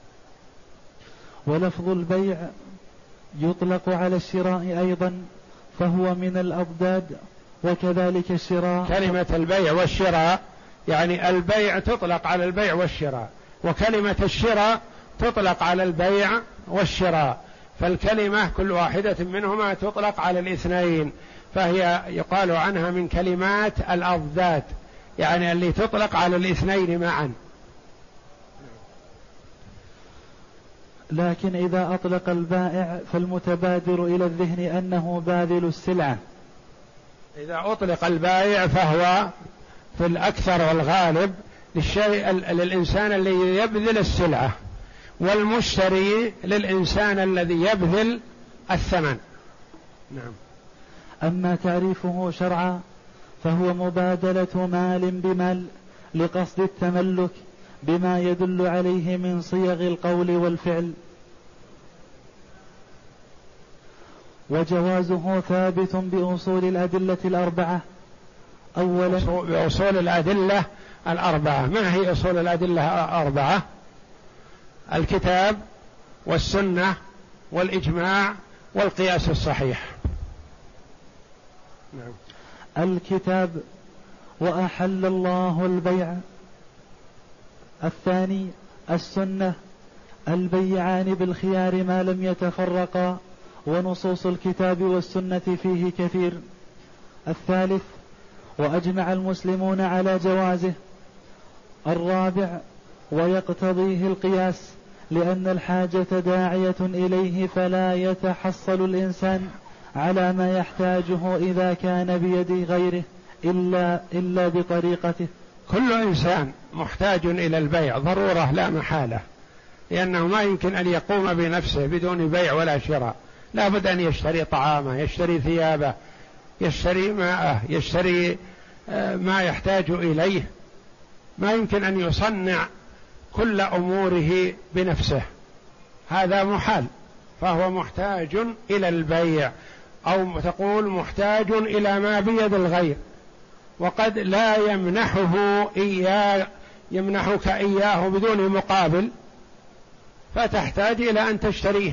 [SPEAKER 2] ولفظ البيع يطلق على الشراء أيضا، فهو من الأضداد، وكذلك الشراء.
[SPEAKER 1] كلمة البيع والشراء يعني البيع تطلق على البيع والشراء، وكلمة الشراء تطلق على البيع والشراء، فالكلمة كل واحدة منهما تطلق على الاثنين، فهي يقال عنها من كلمات الأضداد، يعني اللي تطلق على الاثنين معا.
[SPEAKER 2] لكن إذا أطلق البائع فالمتبادر إلى الذهن أنه باذل السلعة.
[SPEAKER 1] إذا أطلق البائع فهو في الأكثر والغالب للشيء للإنسان الذي يبذل السلعة، والمشتري للإنسان الذي يبذل الثمن. نعم.
[SPEAKER 2] أما تعريفه شرعا فهو مبادلة مال بمال لقصد التملك بما يدل عليه من صيغ القول والفعل. وجوازه ثابت بأصول الأدلة الأربعة. أولا
[SPEAKER 1] بأصول الأدلة الأربعة. ما هي أصول الأدلة الأربعة؟ الكتاب والسنة والإجماع والقياس الصحيح.
[SPEAKER 2] نعم. الكتاب: وأحل الله البيع. الثاني السنة: البيعان بالخيار ما لم يتفرقا، ونصوص الكتاب والسنة فيه كثير. الثالث: وأجمع المسلمون على جوازه. الرابع: ويقتضيه القياس لأن الحاجة داعية إليه، فلا يتحصل الإنسان على ما يحتاجه إذا كان بيد غيره إلا, إلا بطريقته.
[SPEAKER 1] كل إنسان محتاج إلى البيع ضرورة لا محالة، لأنه ما يمكن أن يقوم بنفسه بدون بيع ولا شراء، لا بد أن يشتري طعامه، يشتري ثيابه، يشتري ماءه، يشتري ما يحتاج إليه، ما يمكن أن يصنع كل أموره بنفسه، هذا محال، فهو محتاج إلى البيع، أو تقول محتاج إلى ما بيد الغير، وقد لا يمنحه إياه يمنحك إياه بدون مقابل، فتحتاج إلى أن تشتريه.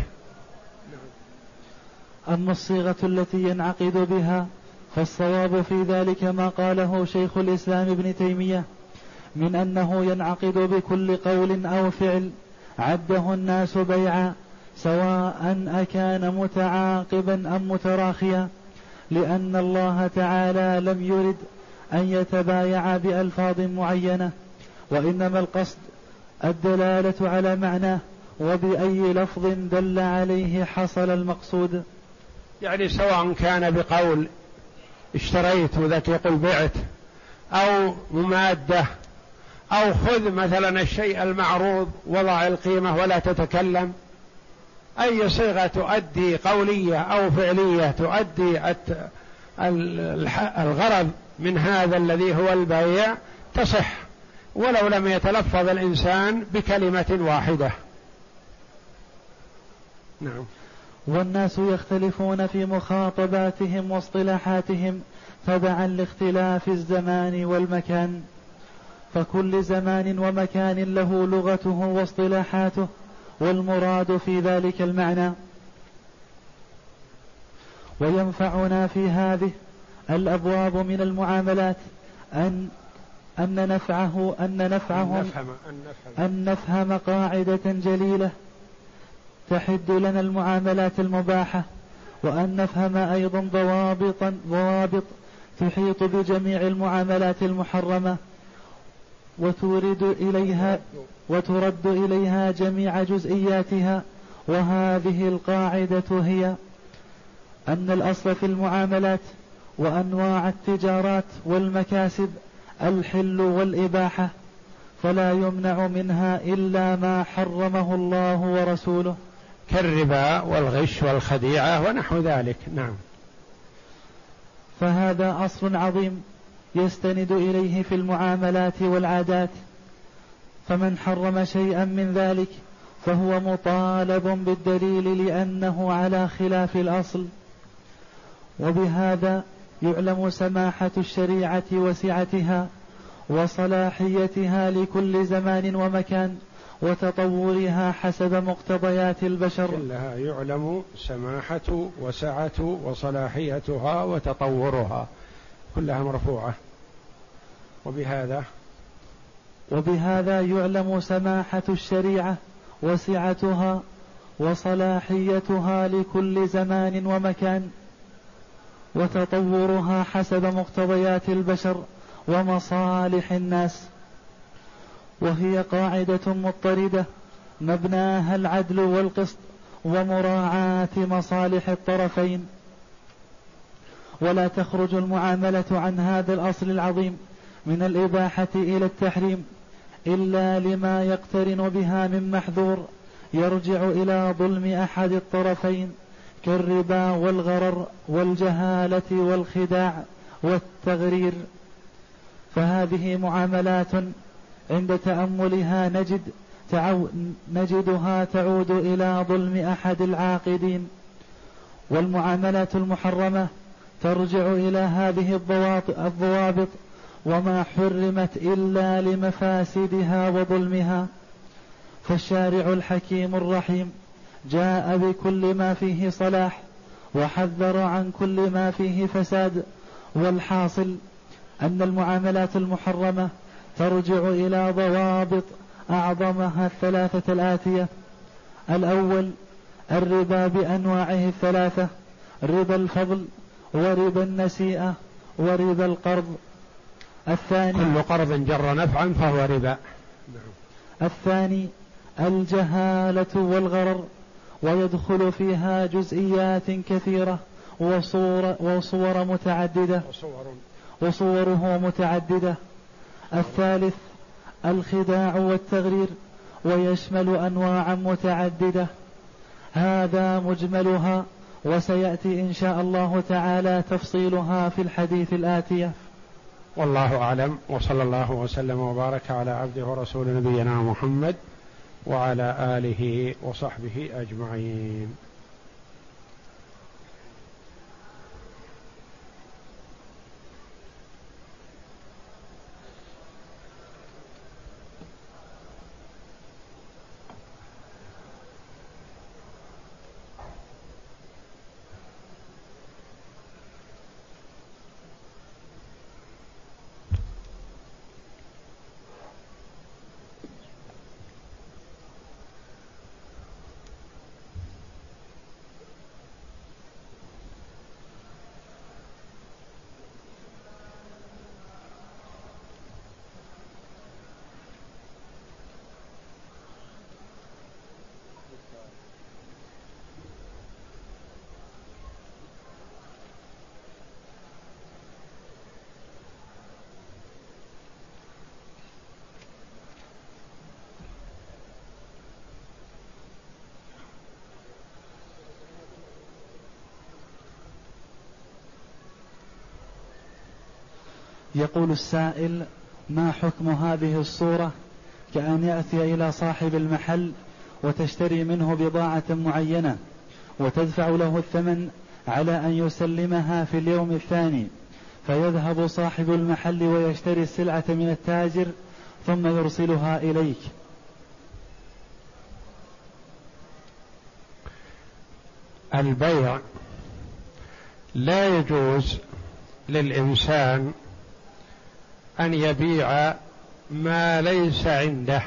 [SPEAKER 2] أما الصيغة التي ينعقد بها فالصواب في ذلك ما قاله شيخ الإسلام ابن تيمية من أنه ينعقد بكل قول أو فعل عده الناس بيعا، سواء أكان متعاقبا أم متراخيا، لأن الله تعالى لم يرد أن يتبايع بألفاظ معينة، وإنما القصد الدلالة على معناه، وبأي لفظ دل عليه حصل المقصود.
[SPEAKER 1] يعني سواء كان بقول اشتريت وذاك يقول بعت، أو ممادة، أو خذ مثلا الشيء المعروض وضع القيمة ولا تتكلم، أي صيغة تؤدي قولية أو فعلية تؤدي الغرض من هذا الذي هو البيع تصح، ولو لم يتلفظ الإنسان بكلمة واحدة. نعم.
[SPEAKER 2] والناس يختلفون في مخاطباتهم واصطلاحاتهم تبعا لاختلاف الزمان والمكان، فكل زمان ومكان له لغته واصطلاحاته، والمراد في ذلك المعنى. وينفعنا في هذه الأبواب من المعاملات أن أن نفعه أن نفعهم
[SPEAKER 1] أن نفهم, أن نفهم.
[SPEAKER 2] أن نفهم قاعدة جليلة تحد لنا المعاملات المباحة، وأن نفهم أيضا ضوابط ضوابط تحيط بجميع المعاملات المحرمة وتورد إليها وترد إليها جميع جزئياتها. وهذه القاعدة هي أن الأصل في المعاملات وأنواع التجارات والمكاسب الحل والإباحة، فلا يمنع منها إلا ما حرمه الله ورسوله،
[SPEAKER 1] كالربا والغش والخديعة ونحو ذلك. نعم.
[SPEAKER 2] فهذا أصل عظيم يستند إليه في المعاملات والعادات، فمن حرم شيئا من ذلك فهو مطالب بالدليل لأنه على خلاف الأصل. وبهذا يعلم سماحة الشريعة وسعتها وصلاحيتها لكل زمان ومكان وتطورها حسب مقتضيات البشر.
[SPEAKER 1] كلها يعلم سماحة وسعة وصلاحيتها وتطورها، كلها مرفوعة. وبهذا
[SPEAKER 2] وبهذا يعلم سماحة الشريعة وسعتها وصلاحيتها لكل زمان ومكان وتطورها حسب مقتضيات البشر ومصالح الناس. وهي قاعدة مضطردة مبناها العدل والقسط ومراعاة مصالح الطرفين، ولا تخرج المعاملة عن هذا الأصل العظيم من الإباحة إلى التحريم إلا لما يقترن بها من محذور يرجع إلى ظلم أحد الطرفين كالربا والغرر والجهالة والخداع والتغرير. فهذه معاملات عند تأملها نجد تعو نجدها تعود إلى ظلم أحد العاقدين. والمعاملات المحرمة ترجع إلى هذه الضوابط وما حرمت إلا لمفاسدها وظلمها. فالشارع الحكيم الرحيم جاء بكل ما فيه صلاح وحذر عن كل ما فيه فساد. والحاصل أن المعاملات المحرمة ترجع إلى ضوابط أعظمها الثلاثة الآتية: الأول الربا بأنواعه الثلاثة، ربا الفضل وربا النسيئة وربا القرض. الثاني
[SPEAKER 1] كل قرض جر نفعا فهو ربا.
[SPEAKER 2] الثاني الجهالة والغرر، ويدخل فيها جزئيات كثيرة وصور, وصور متعددة وصوره متعددة. الثالث الخداع والتغرير، ويشمل أنواعا متعددة. هذا مجملها، وسيأتي إن شاء الله تعالى تفصيلها في الحديث الآتية.
[SPEAKER 1] والله أعلم، وصلى الله وسلم وبارك على عبده ورسول نبينا محمد وعلى آله وصحبه أجمعين.
[SPEAKER 2] يقول السائل: ما حكم هذه الصورة كأن يأتي إلى صاحب المحل وتشتري منه بضاعة معينة وتدفع له الثمن على أن يسلمها في اليوم الثاني، فيذهب صاحب المحل ويشتري السلعة من التاجر ثم يرسلها إليك؟
[SPEAKER 1] البيع لا يجوز للإنسان أن يبيع ما ليس عنده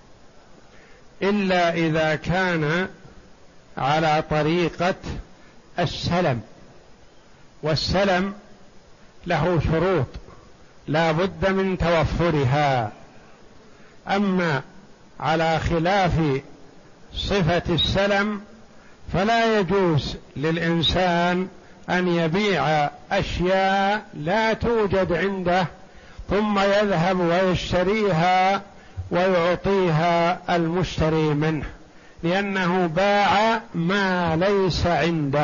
[SPEAKER 1] إلا إذا كان على طريقة السلم، والسلم له شروط لا بد من توفرها. أما على خلاف صفة السلم فلا يجوز للإنسان أن يبيع أشياء لا توجد عنده ثم يذهب ويشتريها ويعطيها المشتري منه، لأنه باع ما ليس عنده.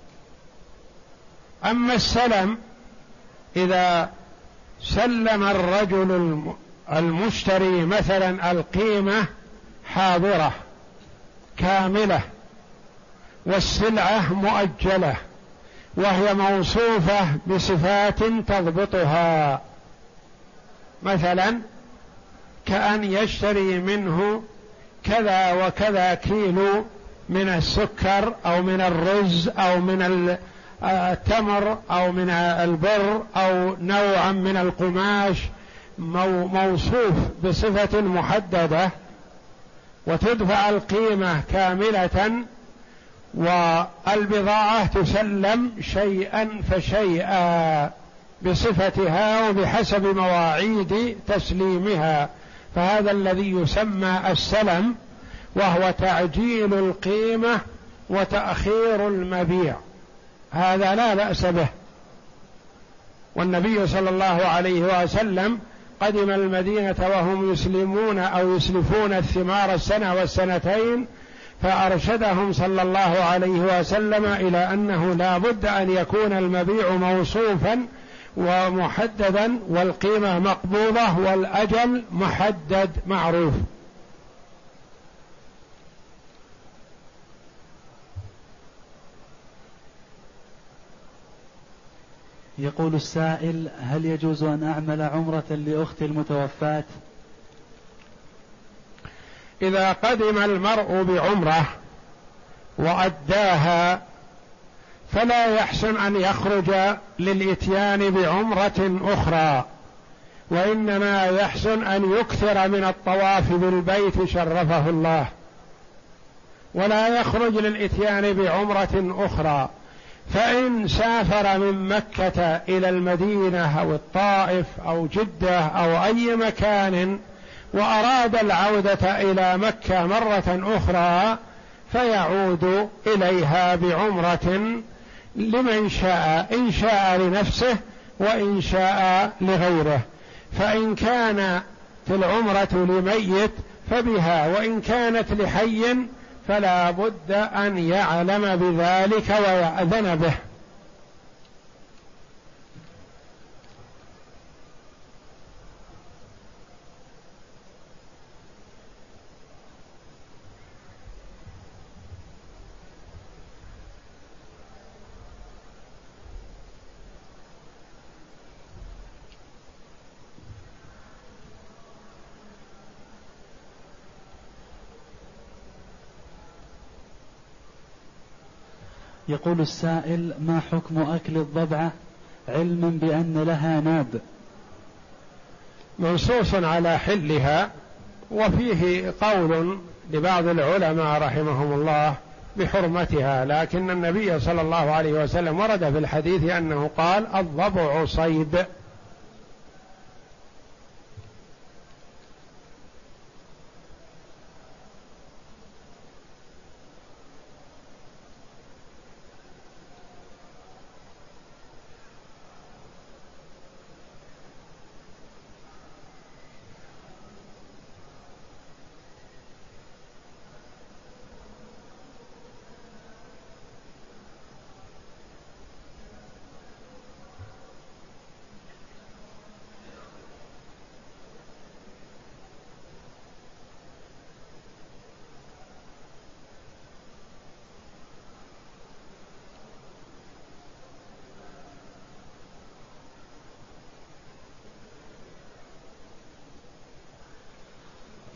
[SPEAKER 1] أما السلم إذا سلم الرجل المشتري مثلا القيمة حاضرة كاملة والسلعة مؤجلة وهي موصوفة بصفات تضبطها، مثلا كأن يشتري منه كذا وكذا كيلو من السكر أو من الرز أو من التمر أو من البر أو نوعا من القماش موصوف بصفة محددة، وتدفع القيمة كاملة والبضاعة تسلم شيئا فشيئا بصفتها وبحسب مواعيد تسليمها، فهذا الذي يسمى السلم، وهو تعجيل القيمة وتأخير المبيع، هذا لا بأس به. والنبي صلى الله عليه وسلم قدم المدينة وهم يسلمون أو يسلفون الثمار السنة والسنتين، فأرشدهم صلى الله عليه وسلم إلى أنه لا بد أن يكون المبيع موصوفا ومحددا والقيمة مقبوضة والأجل محدد معروف.
[SPEAKER 2] يقول السائل: هل يجوز أن أعمل عمرة لأختي المتوفاة؟
[SPEAKER 1] إذا قدم المرء بعمرة وأداها فلا يحسن أن يخرج للإتيان بعمرة أخرى، وإنما يحسن أن يكثر من الطواف بالبيت شرفه الله، ولا يخرج للإتيان بعمرة أخرى. فإن سافر من مكة إلى المدينة أو الطائف أو جدة أو أي مكان وأراد العودة إلى مكة مرة أخرى فيعود إليها بعمرة لمن شاء، إن شاء لنفسه وإن شاء لغيره. فإن كانت العمرة لميت فبها، وإن كانت لحي فلا بد أن يعلم بذلك ويأذن به.
[SPEAKER 2] يقول السائل: ما حكم أكل الضبعة علما بأن لها ناب؟
[SPEAKER 1] منصوص على حلها، وفيه قول لبعض العلماء رحمهم الله بحرمتها، لكن النبي صلى الله عليه وسلم ورد في الحديث أنه قال: الضبع صيد.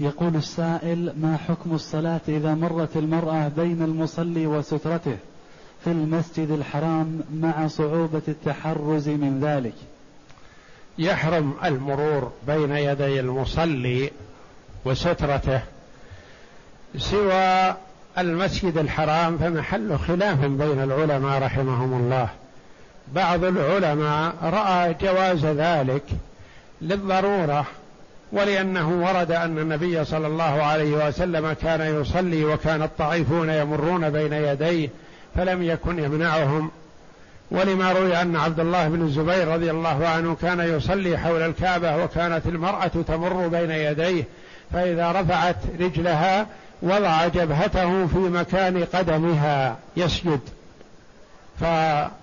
[SPEAKER 2] يقول السائل: ما حكم الصلاة إذا مرت المرأة بين المصلي وسترته في المسجد الحرام مع صعوبة التحرز من ذلك؟
[SPEAKER 1] يحرم المرور بين يدي المصلي وسترته، سوى المسجد الحرام فمحل خلاف بين العلماء رحمهم الله. بعض العلماء رأى جواز ذلك للضرورة، ولأنه ورد أن النبي صلى الله عليه وسلم كان يصلي وكان الطائفون يمرون بين يديه فلم يكن يمنعهم، ولما روي أن عبد الله بن الزبير رضي الله عنه كان يصلي حول الكعبة وكانت المرأة تمر بين يديه، فإذا رفعت رجلها وضع جبهته في مكان قدمها يسجد. فهذه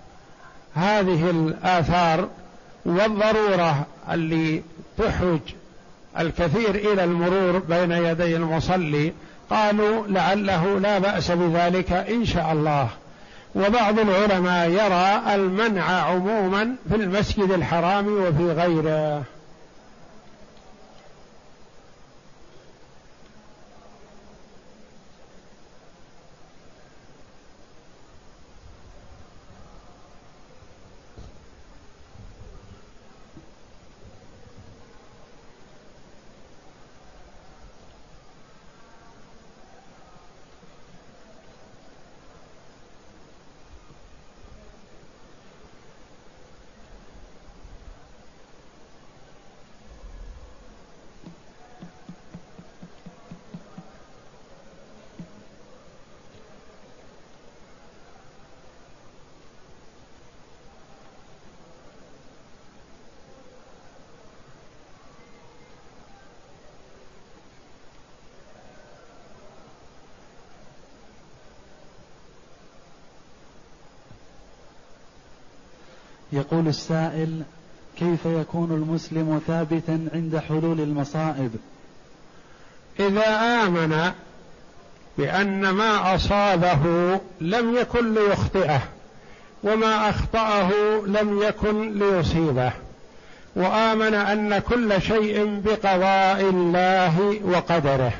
[SPEAKER 1] الآثار والضرورة اللي تحوج الكثير إلى المرور بين يدي المصلي قالوا لعله لا بأس بذلك إن شاء الله. وبعض العلماء يرى المنع عموما في المسجد الحرام وفي غيره.
[SPEAKER 2] يقول السائل: كيف يكون المسلم ثابتا عند حلول المصائب؟
[SPEAKER 1] إذا آمن بأن ما أصابه لم يكن ليخطئه وما أخطأه لم يكن ليصيبه، وآمن أن كل شيء بقضاء الله وقدره،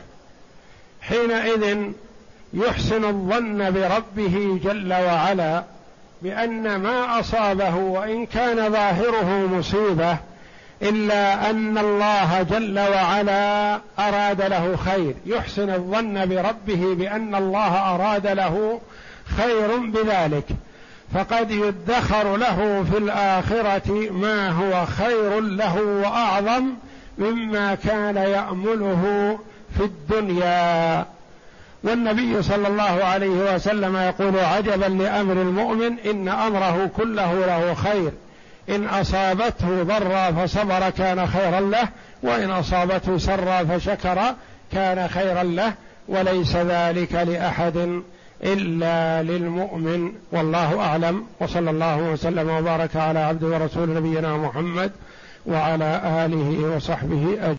[SPEAKER 1] حينئذ يحسن الظن بربه جل وعلا بأن ما أصابه وإن كان ظاهره مصيبة إلا أن الله جل وعلا أراد له خير، يحسن الظن بربه بأن الله أراد له خير بذلك، فقد يدخر له في الآخرة ما هو خير له وأعظم مما كان يأمله في الدنيا. والنبي صلى الله عليه وسلم يقول: عجبا لأمر المؤمن إن أمره كله له خير، إن أصابته ضرا فصبر كان خيرا له، وإن أصابته سرا فشكر كان خيرا له، وليس ذلك لأحد إلا للمؤمن. والله أعلم، وصلى الله وسلم وبارك على عبده ورسول نبينا محمد وعلى آله وصحبه أجمعين.